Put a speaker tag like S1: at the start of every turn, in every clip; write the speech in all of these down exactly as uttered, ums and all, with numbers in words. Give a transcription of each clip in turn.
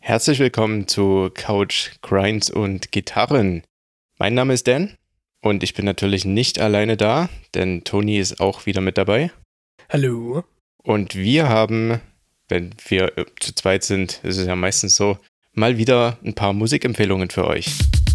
S1: Herzlich willkommen zu Couch, Grinds und Gitarren. Mein Name ist Dan und ich bin natürlich nicht alleine da, denn Toni ist auch wieder mit dabei.
S2: Hallo.
S1: Und wir haben, wenn wir zu zweit sind, ist es ja meistens so, mal wieder ein paar Musikempfehlungen für euch.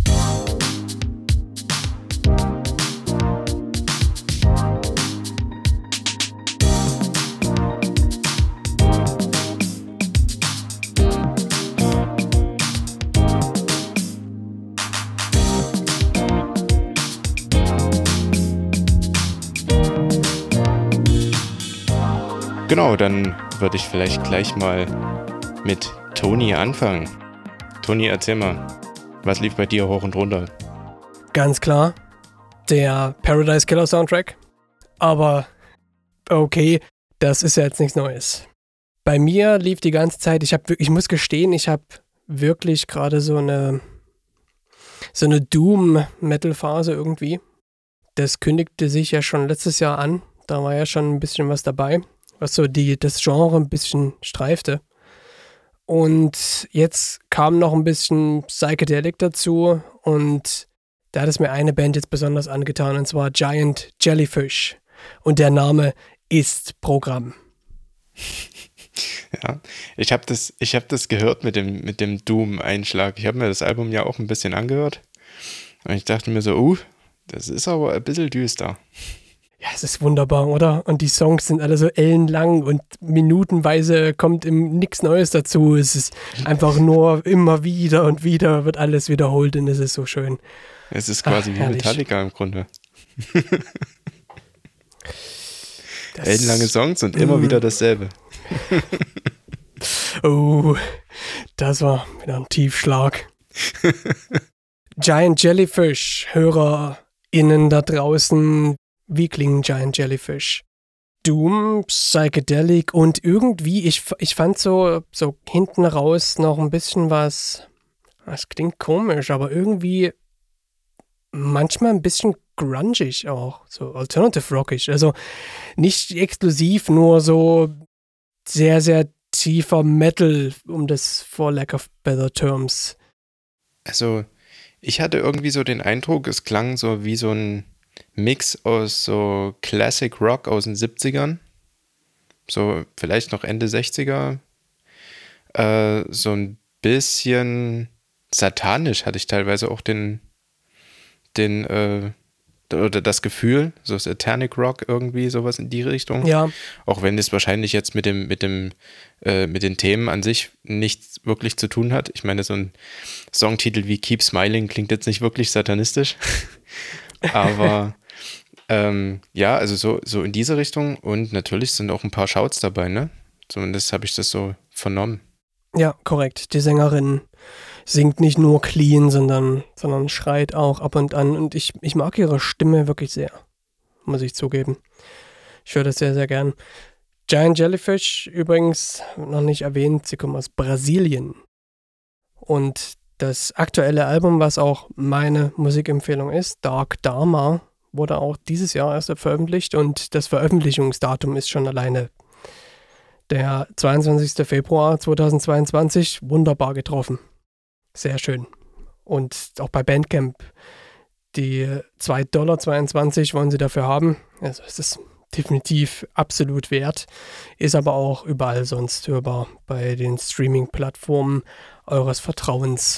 S1: Genau, dann würde ich vielleicht gleich mal mit Toni anfangen. Toni, erzähl mal, was lief bei dir hoch und runter?
S2: Ganz klar, der Paradise Killer Soundtrack. Aber okay, das ist ja jetzt nichts Neues. Bei mir lief die ganze Zeit, ich habe, ich muss gestehen, ich habe wirklich gerade so eine so eine Doom-Metal-Phase irgendwie. Das kündigte sich ja schon letztes Jahr an. Da war ja schon ein bisschen was dabei, was so die, das Genre ein bisschen streifte. Und jetzt kam noch ein bisschen Psychedelic dazu und da hat es mir eine Band jetzt besonders angetan, und zwar Giant Jellyfish. Und der Name ist Programm.
S1: Ja, ich habe das, ich hab das gehört mit dem, mit dem Doom-Einschlag. Ich habe mir das Album ja auch ein bisschen angehört und ich dachte mir so, uh, das ist aber ein bisschen düster.
S2: Ja, es ist wunderbar, oder? Und die Songs sind alle so ellenlang und minutenweise kommt nichts Neues dazu. Es ist einfach nur immer wieder und wieder wird alles wiederholt und es ist so schön.
S1: Es ist quasi Ach, wie herrlich. Metallica im Grunde. Das, ellenlange Songs und immer mm. wieder dasselbe.
S2: Oh, das war wieder ein Tiefschlag. Giant Jellyfish, HörerInnen da draußen, wie klingen Giant Jellyfish? Doom, Psychedelic und irgendwie, ich, ich fand so, so hinten raus noch ein bisschen was, das klingt komisch, aber irgendwie manchmal ein bisschen grungig auch, so alternative rockig, also nicht exklusiv, nur so sehr, sehr tiefer Metal, um das for lack of better terms.
S1: Also, ich hatte irgendwie so den Eindruck, es klang so wie so ein Mix aus so Classic Rock aus den siebzigern, so vielleicht noch Ende sechziger, äh, so ein bisschen satanisch hatte ich teilweise auch den, den, äh, oder das Gefühl, so Satanic Rock irgendwie, sowas in die Richtung.
S2: Ja.
S1: Auch wenn es wahrscheinlich jetzt mit dem, mit dem, äh, mit den Themen an sich nichts wirklich zu tun hat. Ich meine, so ein Songtitel wie Keep Smiling klingt jetzt nicht wirklich satanistisch. Aber ähm, ja, also so, so in diese Richtung und natürlich sind auch ein paar Shouts dabei, ne? Zumindest habe ich das so vernommen.
S2: Ja, korrekt. Die Sängerin singt nicht nur clean, sondern, sondern schreit auch ab und an und ich, ich mag ihre Stimme wirklich sehr, muss ich zugeben. Ich höre das sehr, sehr gern. Giant Jellyfish übrigens noch nicht erwähnt, sie kommen aus Brasilien. Und das aktuelle Album, was auch meine Musikempfehlung ist, Dark Dharma, wurde auch dieses Jahr erst veröffentlicht und das Veröffentlichungsdatum ist schon alleine der zweiundzwanzigster Februar zweitausendzweiundzwanzig, wunderbar getroffen. Sehr schön. Und auch bei Bandcamp, die zwei Komma zweiundzwanzig Dollar wollen sie dafür haben. Also es ist definitiv absolut wert, ist aber auch überall sonst hörbar bei den Streaming-Plattformen eures Vertrauens.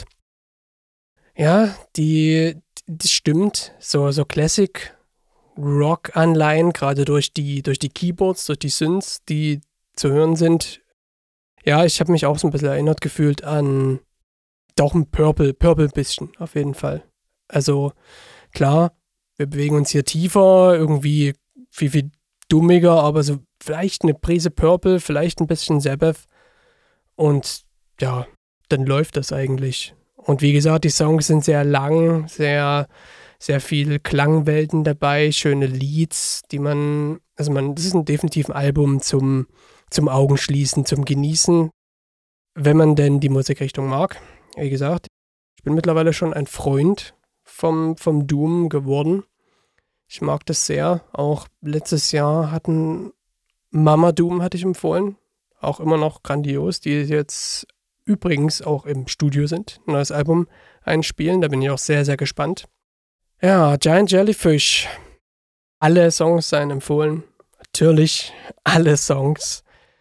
S2: Ja, die, die stimmt, so, so Classic-Rock-Anleihen, gerade durch die, durch die Keyboards, durch die Synths, die zu hören sind. Ja, ich habe mich auch so ein bisschen erinnert gefühlt an doch ein Purple, Purple bisschen, auf jeden Fall. Also, klar, wir bewegen uns hier tiefer, irgendwie viel, viel dummiger, aber so vielleicht eine Prise Purple, vielleicht ein bisschen Sabbath und ja, dann läuft das eigentlich. Und wie gesagt, die Songs sind sehr lang, sehr, sehr viel Klangwelten dabei, schöne Leads, die man, also man, das ist ein definitiv ein Album zum, zum Augenschließen, zum Genießen, wenn man denn die Musikrichtung mag. Wie gesagt, ich bin mittlerweile schon ein Freund vom, vom Doom geworden. Ich mag das sehr. Auch letztes Jahr hatten Mama Doom hatte ich empfohlen. Auch immer noch grandios. Die ist jetzt übrigens auch im Studio sind, ein neues Album einspielen. Da bin ich auch sehr, sehr gespannt. Ja, Giant Jellyfish. Alle Songs seien empfohlen. Natürlich alle Songs.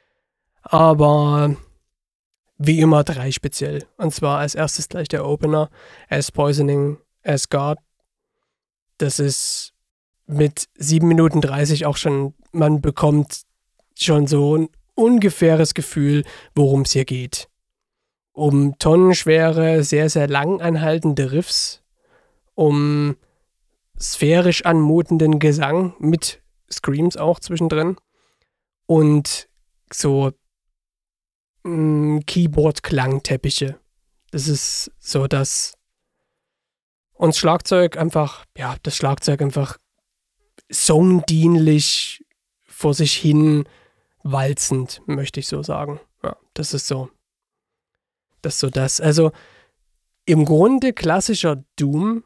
S2: Aber wie immer drei speziell. Und zwar als erstes gleich der Opener. As Poisoning, As God. Das ist mit sieben Minuten dreißig auch schon, man bekommt schon so ein ungefähres Gefühl, worum es hier geht. Um tonnenschwere, sehr, sehr lang anhaltende Riffs, um sphärisch anmutenden Gesang mit Screams auch zwischendrin und so mh, Keyboard-Klangteppiche. Das ist so das und das Schlagzeug einfach, ja, das Schlagzeug einfach songdienlich vor sich hin walzend, möchte ich so sagen. Ja, das ist so. Das ist so das. Also im Grunde klassischer Doom,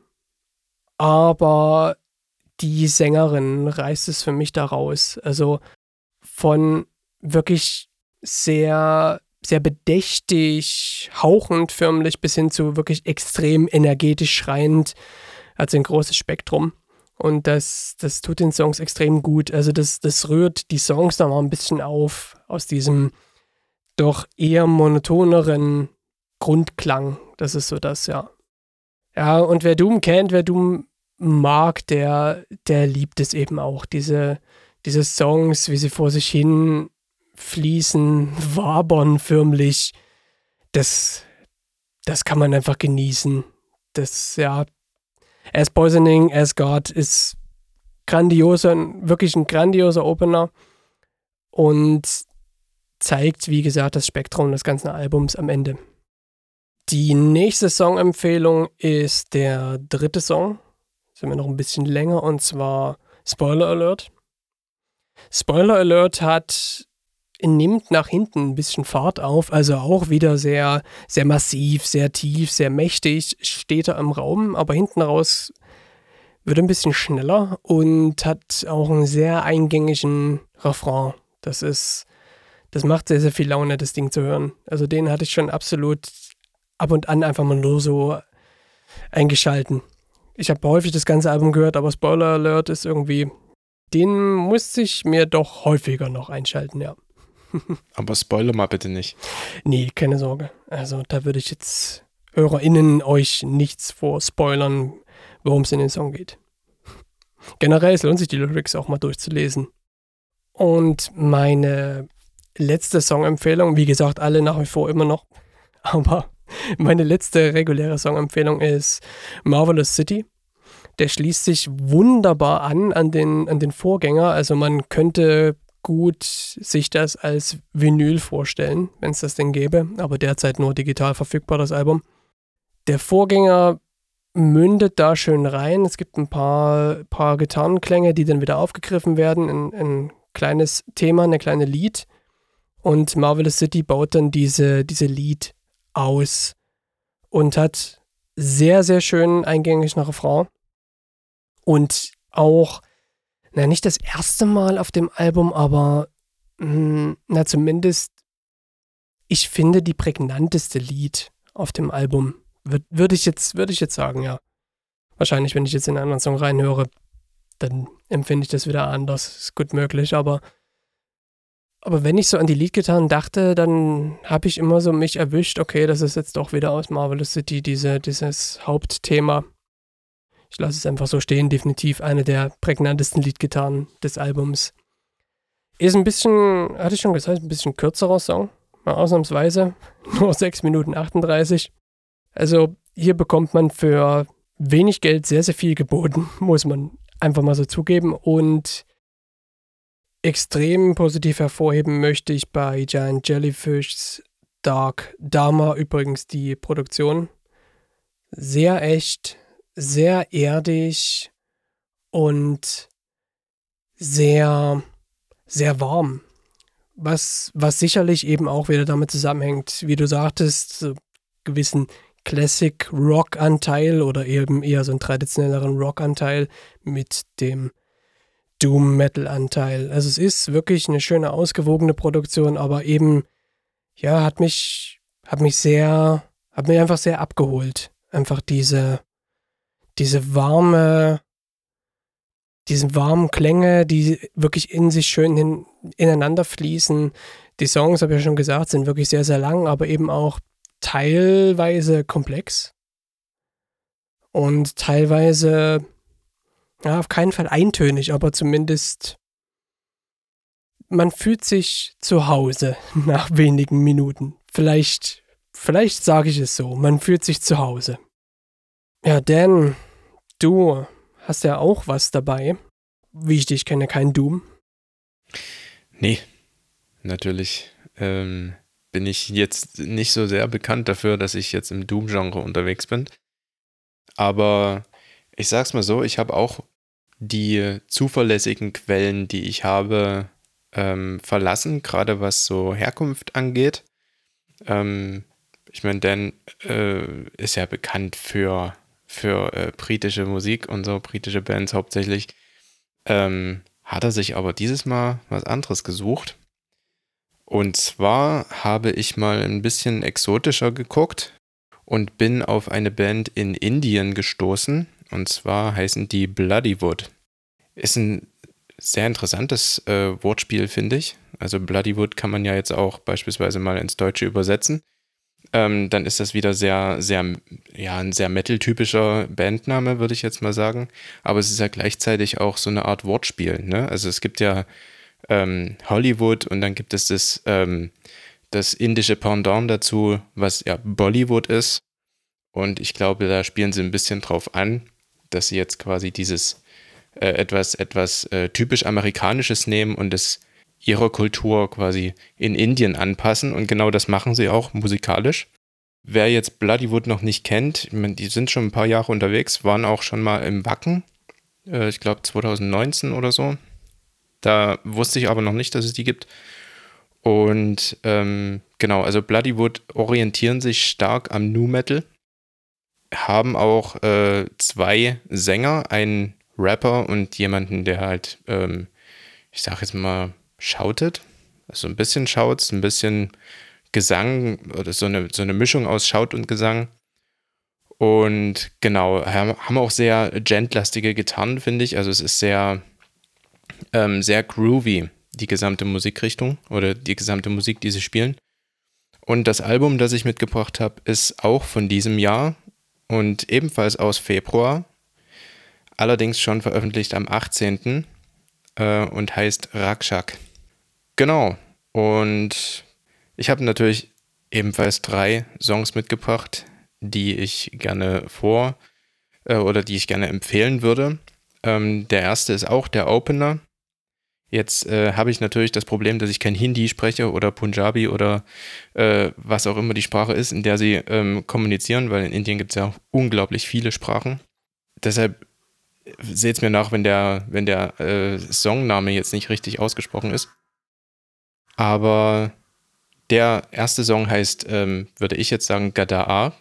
S2: aber die Sängerin reißt es für mich da raus. Also von wirklich sehr, sehr bedächtig, hauchend förmlich bis hin zu wirklich extrem energetisch schreiend. Also ein großes Spektrum. Und das, das tut den Songs extrem gut. Also das, das rührt die Songs da mal ein bisschen auf, aus diesem doch eher monotoneren Grundklang. Das ist so das, ja. Ja, und wer Doom kennt, wer Doom mag, der, der liebt es eben auch. Diese, diese Songs, wie sie vor sich hin fließen, wabern förmlich. Das, das kann man einfach genießen. Das, ja, As Poisoning, As God ist grandioser, wirklich ein grandioser Opener und zeigt, wie gesagt, das Spektrum des ganzen Albums am Ende. Die nächste Songempfehlung ist der dritte Song. Sind wir noch ein bisschen länger und zwar Spoiler Alert. Spoiler Alert hat nimmt nach hinten ein bisschen Fahrt auf, also auch wieder sehr, sehr massiv, sehr tief, sehr mächtig, steht er im Raum, aber hinten raus wird ein bisschen schneller und hat auch einen sehr eingängigen Refrain. Das ist, das macht sehr, sehr viel Laune, das Ding zu hören. Also den hatte ich schon absolut ab und an einfach mal nur so eingeschalten. Ich habe häufig das ganze Album gehört, aber Spoiler Alert ist irgendwie, den musste ich mir doch häufiger noch einschalten, ja.
S1: Aber spoiler mal bitte nicht.
S2: Nee, keine Sorge. Also da würde ich jetzt HörerInnen euch nichts vor spoilern, worum es in den Song geht. Generell, es lohnt sich, die Lyrics auch mal durchzulesen. Und meine letzte Songempfehlung, wie gesagt, alle nach wie vor immer noch, aber meine letzte reguläre Songempfehlung ist Marvelous City. Der schließt sich wunderbar an an den, an den Vorgänger. Also man könnte gut sich das als Vinyl vorstellen, wenn es das denn gäbe, aber derzeit nur digital verfügbar, das Album. Der Vorgänger mündet da schön rein. Es gibt ein paar, paar Gitarrenklänge, die dann wieder aufgegriffen werden, ein, ein kleines Thema, eine kleine Lied und Marvelous City baut dann diese, diese Lied aus und hat sehr, sehr schön eingängigen Refrain und auch Na, nicht das erste Mal auf dem Album, aber mh, na zumindest, ich finde, die prägnanteste Lied auf dem Album. Würde würd ich jetzt, würde ich jetzt sagen, ja. Wahrscheinlich, wenn ich jetzt in einen anderen Song reinhöre, dann empfinde ich das wieder anders. Ist gut möglich, aber aber wenn ich so an die Leadgitarren dachte, dann habe ich immer so mich erwischt, okay, das ist jetzt doch wieder aus Marvelous City, diese, dieses Hauptthema. Ich lasse es einfach so stehen, definitiv eine der prägnantesten Leadgitarren des Albums. Ist ein bisschen, hatte ich schon gesagt, ein bisschen kürzerer Song, mal ausnahmsweise, nur sechs Minuten achtunddreißig. Also hier bekommt man für wenig Geld sehr, sehr viel geboten, muss man einfach mal so zugeben. Und extrem positiv hervorheben möchte ich bei Giant Jellyfish Dark Dharma übrigens die Produktion. Sehr echt, sehr erdig und sehr, sehr warm. Was, was sicherlich eben auch wieder damit zusammenhängt, wie du sagtest, so gewissen Classic-Rock-Anteil oder eben eher so einen traditionelleren Rock-Anteil mit dem Doom-Metal-Anteil. Also es ist wirklich eine schöne, ausgewogene Produktion, aber eben, ja, hat mich, hat mich sehr, hat mich einfach sehr abgeholt. Einfach diese, diese warme, diese warmen Klänge, die wirklich in sich schön hin, ineinander fließen. Die Songs, habe ich ja schon gesagt, sind wirklich sehr, sehr lang, aber eben auch teilweise komplex und teilweise, ja, auf keinen Fall eintönig, aber zumindest man fühlt sich zu Hause nach wenigen Minuten. Vielleicht, vielleicht sage ich es so, man fühlt sich zu Hause. Ja, Dan, du hast ja auch was dabei. Wie ich dich kenne, kein Doom.
S1: Nee, natürlich ähm, bin ich jetzt nicht so sehr bekannt dafür, dass ich jetzt im Doom-Genre unterwegs bin. Aber ich sag's mal so, ich habe auch die zuverlässigen Quellen, die ich habe, ähm, verlassen, gerade was so Herkunft angeht. Ähm, ich meine, Dan äh, ist ja bekannt für, für äh, britische Musik und so, britische Bands hauptsächlich. Ähm, hat er sich aber dieses Mal was anderes gesucht. Und zwar habe ich mal ein bisschen exotischer geguckt und bin auf eine Band in Indien gestoßen. Und zwar heißen die Bloodywood. Ist ein sehr interessantes äh, Wortspiel, finde ich. Also Bloodywood kann man ja jetzt auch beispielsweise mal ins Deutsche übersetzen. Ähm, dann ist das wieder sehr, sehr, ja, ein sehr metal-typischer Bandname, würde ich jetzt mal sagen. Aber es ist ja gleichzeitig auch so eine Art Wortspiel, ne? Also es gibt ja ähm, Hollywood und dann gibt es das, ähm, das indische Pendant dazu, was ja Bollywood ist. Und ich glaube, da spielen sie ein bisschen drauf an, dass sie jetzt quasi dieses äh, etwas, etwas äh, typisch Amerikanisches nehmen und es ihrer Kultur quasi in Indien anpassen. Und genau das machen sie auch musikalisch. Wer jetzt Bloodywood noch nicht kennt, ich meine, die sind schon ein paar Jahre unterwegs, waren auch schon mal im Wacken, äh, ich glaube zwanzig neunzehn oder so. Da wusste ich aber noch nicht, dass es die gibt. Und ähm, genau, also Bloodywood orientieren sich stark am Nu Metal, haben auch äh, zwei Sänger, einen Rapper und jemanden, der halt, ähm, ich sag jetzt mal, shoutet. Also ein bisschen Shouts, ein bisschen Gesang oder so eine, so eine Mischung aus Shout und Gesang. Und genau, haben auch sehr gentlastige Gitarren, finde ich. Also es ist sehr, ähm, sehr groovy, die gesamte Musikrichtung oder die gesamte Musik, die sie spielen. Und das Album, das ich mitgebracht habe, ist auch von diesem Jahr und ebenfalls aus Februar, allerdings schon veröffentlicht am achtzehnten Äh, und heißt Rakshak. Genau. Und ich habe natürlich ebenfalls drei Songs mitgebracht, die ich gerne vor äh, oder die ich gerne empfehlen würde. Ähm, der erste ist auch der Opener. Jetzt äh, habe ich natürlich das Problem, dass ich kein Hindi spreche oder Punjabi oder äh, was auch immer die Sprache ist, in der sie ähm, kommunizieren, weil in Indien gibt es ja unglaublich viele Sprachen. Deshalb seht es mir nach, wenn der, wenn der äh, Songname jetzt nicht richtig ausgesprochen ist. Aber der erste Song heißt, ähm, würde ich jetzt sagen, Gadaa.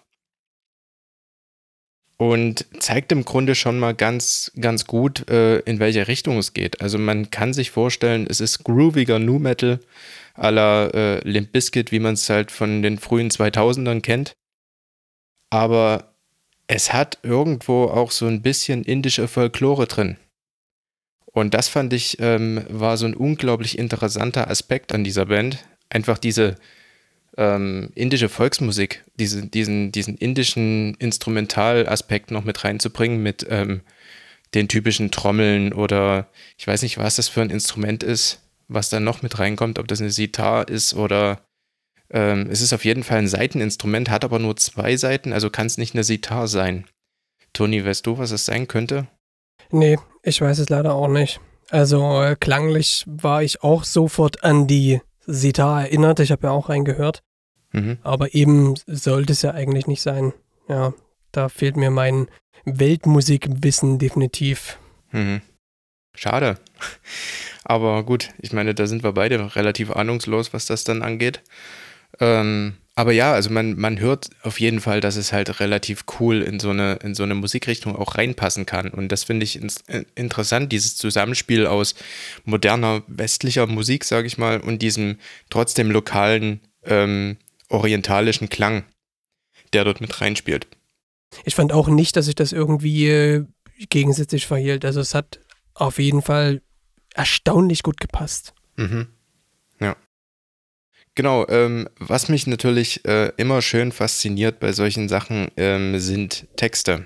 S1: Und zeigt im Grunde schon mal ganz, ganz gut, äh, in welche Richtung es geht. Also man kann sich vorstellen, es ist grooviger Nu Metal à la äh, Limp Bizkit, wie man es halt von den frühen zweitausendern kennt. Aber es hat irgendwo auch so ein bisschen indische Folklore drin. Und das fand ich, ähm, war so ein unglaublich interessanter Aspekt an dieser Band. Einfach diese ähm, indische Volksmusik, diese, diesen, diesen indischen Instrumentalaspekt noch mit reinzubringen, mit ähm, den typischen Trommeln oder ich weiß nicht, was das für ein Instrument ist, was da noch mit reinkommt, ob das eine Sitar ist oder ähm, es ist auf jeden Fall ein Saiteninstrument, hat aber nur zwei Saiten, also kann es nicht eine Sitar sein. Toni, weißt du, was es sein könnte?
S2: Nee, ich weiß es leider auch nicht. Also äh, klanglich war ich auch sofort an die Sitar erinnert. Ich habe ja auch reingehört.
S1: Mhm.
S2: Aber eben sollte es ja eigentlich nicht sein. Ja, da fehlt mir mein Weltmusikwissen definitiv.
S1: Mhm. Schade. Aber gut, ich meine, da sind wir beide relativ ahnungslos, was das dann angeht. Ähm, aber ja, also man, man hört auf jeden Fall, dass es halt relativ cool in so eine, in so eine Musikrichtung auch reinpassen kann. Und das finde ich ins, äh, interessant, dieses Zusammenspiel aus moderner westlicher Musik, sage ich mal, und diesem trotzdem lokalen ähm, orientalischen Klang, der dort mit reinspielt.
S2: Ich fand auch nicht, dass sich das irgendwie äh, gegensätzlich verhielt. Also es hat auf jeden Fall erstaunlich gut gepasst.
S1: Mhm. Ja. Genau, ähm, was mich natürlich äh, immer schön fasziniert bei solchen Sachen, ähm, sind Texte.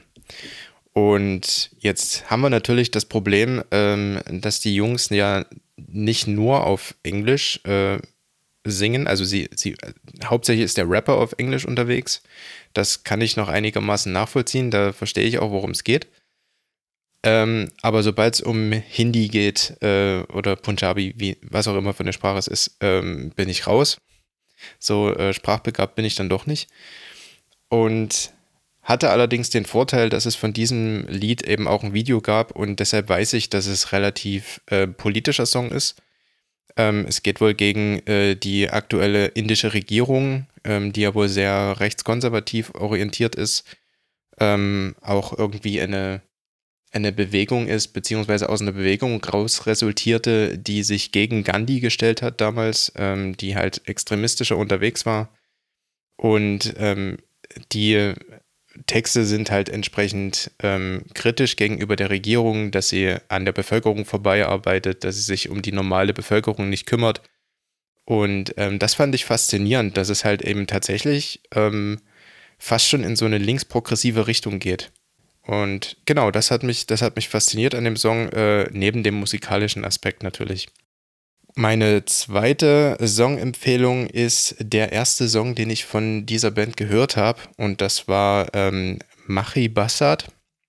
S1: Und jetzt haben wir natürlich das Problem, ähm, dass die Jungs ja nicht nur auf Englisch äh, singen, also sie, sie, hauptsächlich ist der Rapper auf Englisch unterwegs. Das kann ich noch einigermaßen nachvollziehen, da verstehe ich auch, worum es geht. Ähm, aber sobald es um Hindi geht äh, oder Punjabi, wie, was auch immer für eine Sprache es ist, ähm, bin ich raus. So äh, sprachbegabt bin ich dann doch nicht. Und hatte allerdings den Vorteil, dass es von diesem Lied eben auch ein Video gab und deshalb weiß ich, dass es relativ äh, politischer Song ist. Ähm, es geht wohl gegen äh, die aktuelle indische Regierung, ähm, die ja wohl sehr rechtskonservativ orientiert ist, ähm, auch irgendwie eine, eine Bewegung ist, beziehungsweise aus einer Bewegung raus resultierte, die sich gegen Gandhi gestellt hat damals, ähm, die halt extremistischer unterwegs war. Und ähm, die Texte sind halt entsprechend ähm, kritisch gegenüber der Regierung, dass sie an der Bevölkerung vorbeiarbeitet, dass sie sich um die normale Bevölkerung nicht kümmert. Und ähm, das fand ich faszinierend, dass es halt eben tatsächlich ähm, fast schon in so eine linksprogressive Richtung geht. Und genau, das hat mich, das hat mich fasziniert an dem Song, äh, neben dem musikalischen Aspekt natürlich. Meine zweite Songempfehlung ist der erste Song, den ich von dieser Band gehört habe. Und das war ähm, Machi Bassat.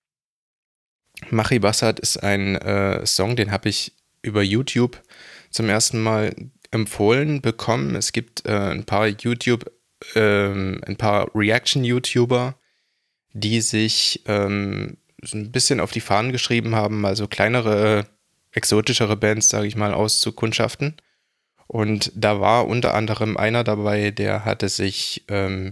S1: Machi Bassat ist ein äh, Song, den habe ich über YouTube zum ersten Mal empfohlen bekommen. Es gibt äh, ein paar YouTube, ähm, ein paar Reaction-YouTuber, die sich ähm, so ein bisschen auf die Fahnen geschrieben haben, mal so kleinere exotischere Bands, sage ich mal, auszukundschaften. Und da war unter anderem einer dabei, der hatte sich ähm,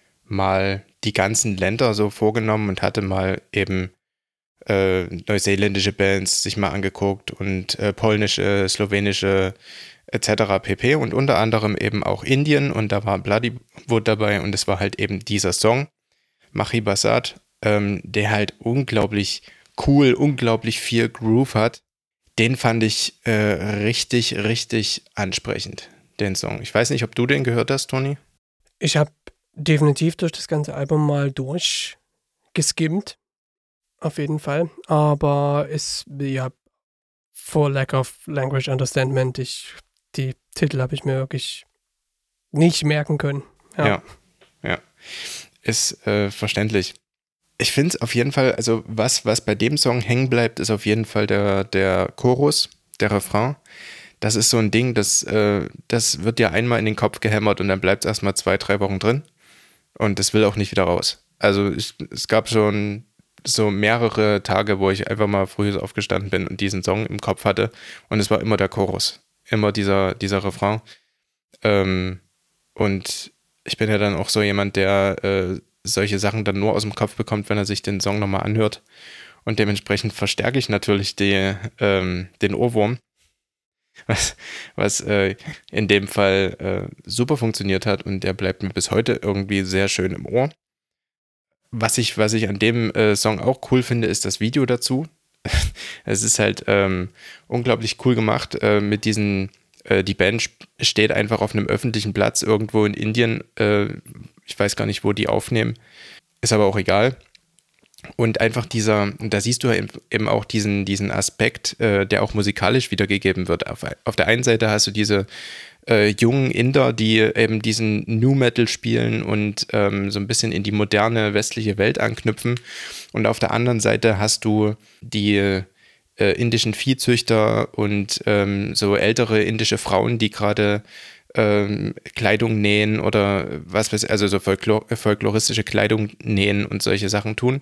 S1: mal die ganzen Länder so vorgenommen und hatte mal eben äh, neuseeländische Bands sich mal angeguckt und äh, polnische, slowenische et cetera pp. Und unter anderem eben auch Indien und da war Bloodywood dabei und es war halt eben dieser Song, Machi Bassat, ähm, der halt unglaublich cool, unglaublich viel Groove hat. Den fand ich äh, richtig, richtig ansprechend, den Song. Ich weiß nicht, ob du den gehört hast, Toni?
S2: Ich habe definitiv durch das ganze Album mal durchgeskimmt, auf jeden Fall. Aber es, ja, for lack of language understandment, ich, die Titel habe ich mir wirklich nicht merken können. Ja,
S1: ja. ja. Ist äh, verständlich. Ich finde es auf jeden Fall, also was, was bei dem Song hängen bleibt, ist auf jeden Fall der, der Chorus, der Refrain. Das ist so ein Ding, das, äh, das wird dir einmal in den Kopf gehämmert und dann bleibt es erstmal zwei, drei Wochen drin. Und das will auch nicht wieder raus. Also ich, es gab schon so mehrere Tage, wo ich einfach mal früh aufgestanden bin und diesen Song im Kopf hatte. Und es war immer der Chorus. Immer dieser, dieser Refrain. Ähm, und ich bin ja dann auch so jemand, der äh, solche Sachen dann nur aus dem Kopf bekommt, wenn er sich den Song nochmal anhört. Und dementsprechend verstärke ich natürlich die, ähm, den Ohrwurm, was, was äh, in dem Fall äh, super funktioniert hat und der bleibt mir bis heute irgendwie sehr schön im Ohr. Was ich, was ich an dem äh, Song auch cool finde, ist das Video dazu. Es ist halt ähm, unglaublich cool gemacht äh, mit diesen, äh, die Band steht einfach auf einem öffentlichen Platz irgendwo in Indien, äh, ich weiß gar nicht, wo die aufnehmen, ist aber auch egal. Und einfach dieser, da siehst du ja eben auch diesen, diesen Aspekt, äh, der auch musikalisch wiedergegeben wird. Auf, auf der einen Seite hast du diese äh, jungen Inder, die eben diesen Nu Metal spielen und ähm, so ein bisschen in die moderne westliche Welt anknüpfen. Und auf der anderen Seite hast du die äh, indischen Viehzüchter und ähm, so ältere indische Frauen, die gerade ähm, Kleidung nähen oder was weiß ich, also so Folklor- folkloristische Kleidung nähen und solche Sachen tun.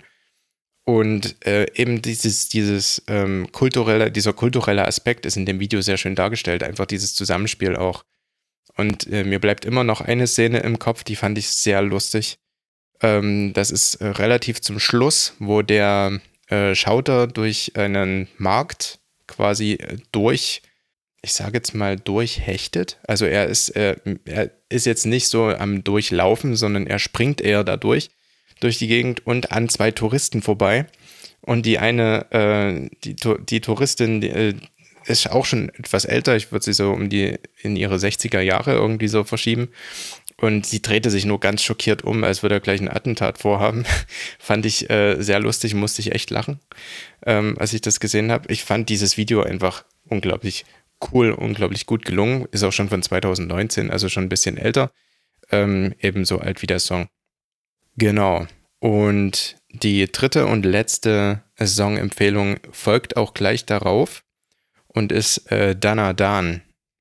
S1: Und äh, eben dieses, dieses ähm, kulturelle, dieser kulturelle Aspekt ist in dem Video sehr schön dargestellt, einfach dieses Zusammenspiel auch. Und äh, mir bleibt immer noch eine Szene im Kopf, die fand ich sehr lustig. Ähm, das ist äh, relativ zum Schluss, wo der äh, Schauter durch einen Markt quasi äh, durch, ich sage jetzt mal, durchhechtet. Also er ist, äh, er ist jetzt nicht so am Durchlaufen, sondern er springt eher dadurch, durch die Gegend und an zwei Touristen vorbei. Und die eine, äh, die, die Touristin, die, äh, ist auch schon etwas älter. Ich würde sie so um die, in ihre sechziger Jahre irgendwie so verschieben. Und sie drehte sich nur ganz schockiert um, als würde er gleich ein Attentat vorhaben. Fand ich äh, sehr lustig, musste ich echt lachen, ähm, als ich das gesehen habe. Ich fand dieses Video einfach unglaublich cool, unglaublich gut gelungen. Ist auch schon von zwanzig neunzehn, also schon ein bisschen älter. Ähm, ebenso alt wie der Song. Genau. Und die dritte und letzte Songempfehlung folgt auch gleich darauf und ist äh, Dana Dan.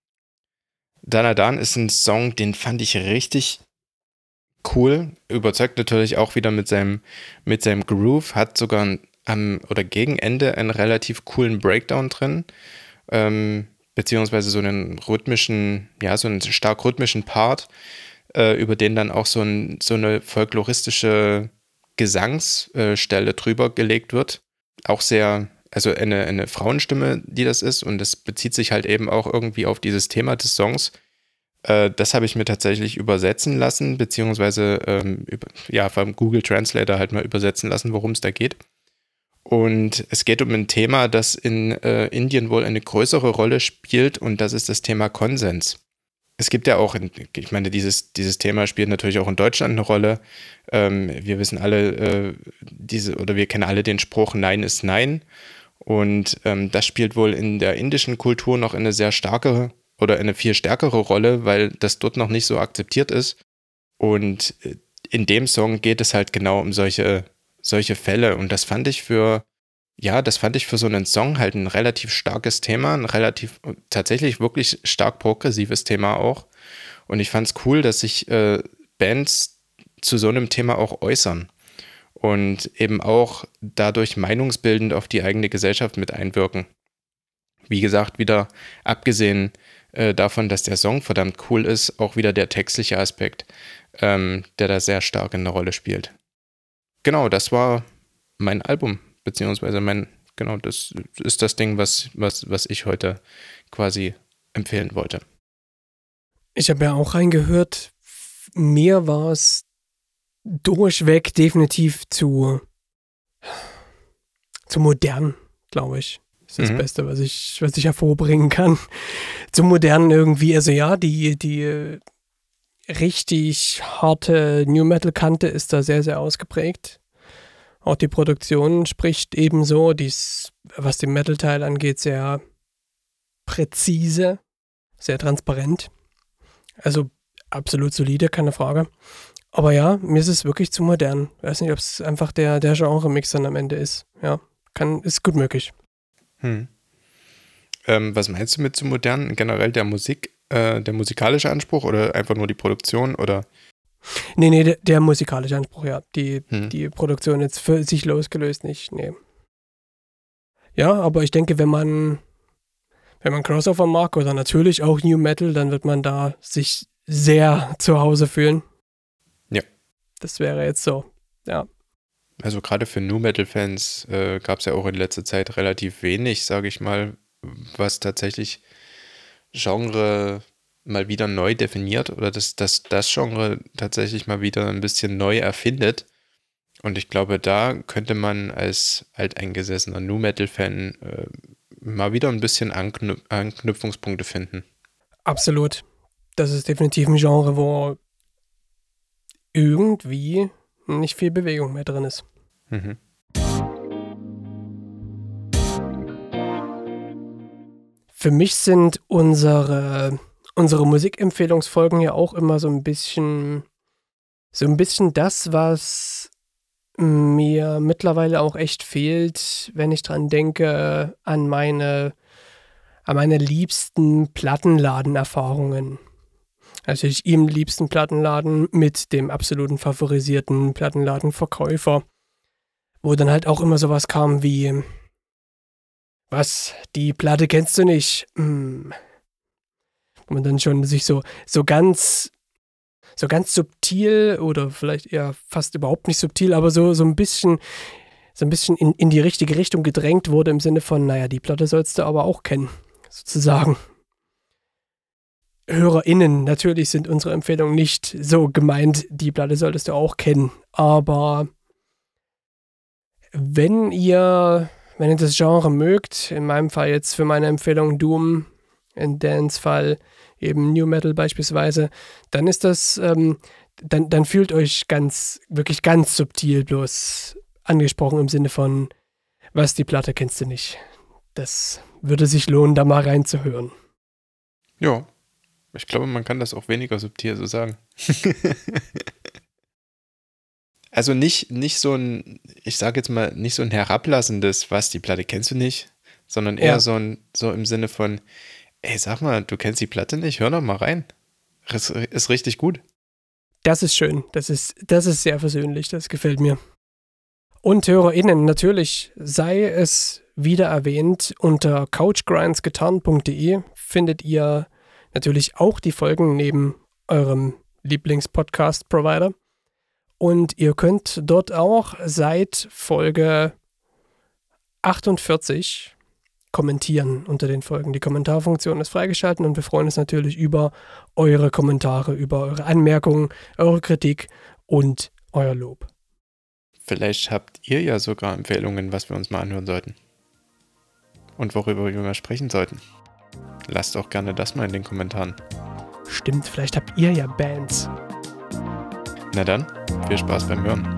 S1: Dana Dan ist ein Song, den fand ich richtig cool. Überzeugt natürlich auch wieder mit seinem, mit seinem Groove. Hat sogar am oder gegen Ende einen relativ coolen Breakdown drin. Ähm, beziehungsweise so einen rhythmischen, ja, so einen stark rhythmischen Part, äh, über den dann auch so, ein, so eine folkloristische Gesangsstelle äh, drüber gelegt wird. Auch sehr, also eine, eine Frauenstimme, die das ist, und das bezieht sich halt eben auch irgendwie auf dieses Thema des Songs. Äh, das habe ich mir tatsächlich übersetzen lassen, beziehungsweise ähm, über, ja, vom Google Translator halt mal übersetzen lassen, worum es da geht. Und es geht um ein Thema, das in äh, Indien wohl eine größere Rolle spielt, und das ist das Thema Konsens. Es gibt ja auch, in, ich meine, dieses, dieses Thema spielt natürlich auch in Deutschland eine Rolle. Ähm, wir wissen alle, äh, diese, oder wir kennen alle den Spruch, Nein ist Nein. Und ähm, das spielt wohl in der indischen Kultur noch eine sehr starke oder eine viel stärkere Rolle, weil das dort noch nicht so akzeptiert ist. Und in dem Song geht es halt genau um solche, solche Fälle. Und das fand ich für, ja, das fand ich für so einen Song halt ein relativ starkes Thema, ein relativ, tatsächlich wirklich stark progressives Thema auch. Und ich fand es cool, dass sich äh, Bands zu so einem Thema auch äußern und eben auch dadurch meinungsbildend auf die eigene Gesellschaft mit einwirken. Wie gesagt, wieder abgesehen äh, davon, dass der Song verdammt cool ist, auch wieder der textliche Aspekt, ähm, der da sehr stark in der Rolle spielt. Genau, das war mein Album, beziehungsweise mein, genau, das ist das Ding, was, was, was ich heute quasi empfehlen wollte.
S2: Ich habe ja auch reingehört. Mir war es durchweg definitiv zu, zu modern, glaube ich. Das ist mhm. das Beste, was ich, was ich hervorbringen kann. Zu modern irgendwie. Also ja, die, die richtig harte New Metal Kante ist da sehr, sehr ausgeprägt. Auch die Produktion spricht ebenso, die ist, was den Metal-Teil angeht, sehr präzise, sehr transparent. Also absolut solide, keine Frage. Aber ja, mir ist es wirklich zu modern. Ich weiß nicht, ob es einfach der, der Genre-Mix dann am Ende ist. Ja, kann, ist gut möglich.
S1: Hm. Ähm, was meinst du mit zu modern? Generell der Musik, äh, der musikalische Anspruch oder einfach nur die Produktion oder?
S2: Nee, nee, der, der musikalische Anspruch, ja. Die,
S1: hm.
S2: die Produktion jetzt für sich losgelöst nicht, nee. Ja, aber ich denke, wenn man wenn man Crossover mag oder natürlich auch New Metal, dann wird man da sich sehr zu Hause fühlen.
S1: Ja.
S2: Das wäre jetzt so, ja.
S1: Also gerade für New Metal-Fans äh, gab es ja auch in letzter Zeit relativ wenig, sage ich mal, was tatsächlich Genre mal wieder neu definiert oder dass das, das Genre tatsächlich mal wieder ein bisschen neu erfindet. Und ich glaube, da könnte man als alteingesessener New Metal-Fan äh, mal wieder ein bisschen Anknüp- Anknüpfungspunkte finden.
S2: Absolut. Das ist definitiv ein Genre, wo irgendwie nicht viel Bewegung mehr drin ist.
S1: Mhm.
S2: Für mich sind unsere, unsere Musikempfehlungsfolgen ja auch immer so ein bisschen, so ein bisschen das, was mir mittlerweile auch echt fehlt, wenn ich dran denke, an meine, an meine liebsten Plattenladenerfahrungen. Also ich im liebsten Plattenladen mit dem absoluten favorisierten Plattenladenverkäufer, wo dann halt auch immer sowas kam wie, was, die Platte kennst du nicht? Hm. Wo man dann schon sich so, so ganz... so ganz subtil oder vielleicht eher fast überhaupt nicht subtil, aber so, so ein bisschen, so ein bisschen in, in die richtige Richtung gedrängt wurde im Sinne von, naja, die Platte sollst du aber auch kennen, sozusagen. HörerInnen, natürlich sind unsere Empfehlungen nicht so gemeint, die Platte solltest du auch kennen, aber wenn ihr, wenn ihr das Genre mögt, in meinem Fall jetzt für meine Empfehlung Doom, in Dans Fall eben New Metal beispielsweise, dann ist das, ähm, dann, dann fühlt euch ganz, wirklich ganz subtil bloß angesprochen im Sinne von, was die Platte kennst du nicht. Das würde sich lohnen, da mal reinzuhören.
S1: Ja, ich glaube, man kann das auch weniger subtil so sagen. Also nicht, nicht so ein, ich sage jetzt mal, nicht so ein herablassendes, was, die Platte kennst du nicht, sondern eher
S2: Ja.
S1: so, ein, so im Sinne von, ey, sag mal, du kennst die Platte nicht, hör doch mal rein. Ist, ist richtig gut.
S2: Das ist schön, das ist, das ist sehr versöhnlich, das gefällt mir. Und HörerInnen, natürlich sei es wieder erwähnt, unter couchgrindsgetan punkt de findet ihr natürlich auch die Folgen neben eurem Lieblings-Podcast-Provider. Und ihr könnt dort auch seit Folge achtundvierzig kommentieren unter den Folgen. Die Kommentarfunktion ist freigeschaltet und wir freuen uns natürlich über eure Kommentare, über eure Anmerkungen, eure Kritik und euer Lob.
S1: Vielleicht habt ihr ja sogar Empfehlungen, was wir uns mal anhören sollten. Und worüber wir mal sprechen sollten. Lasst auch gerne das mal in den Kommentaren.
S2: Stimmt, vielleicht habt ihr ja Bands.
S1: Na dann, viel Spaß beim Hören.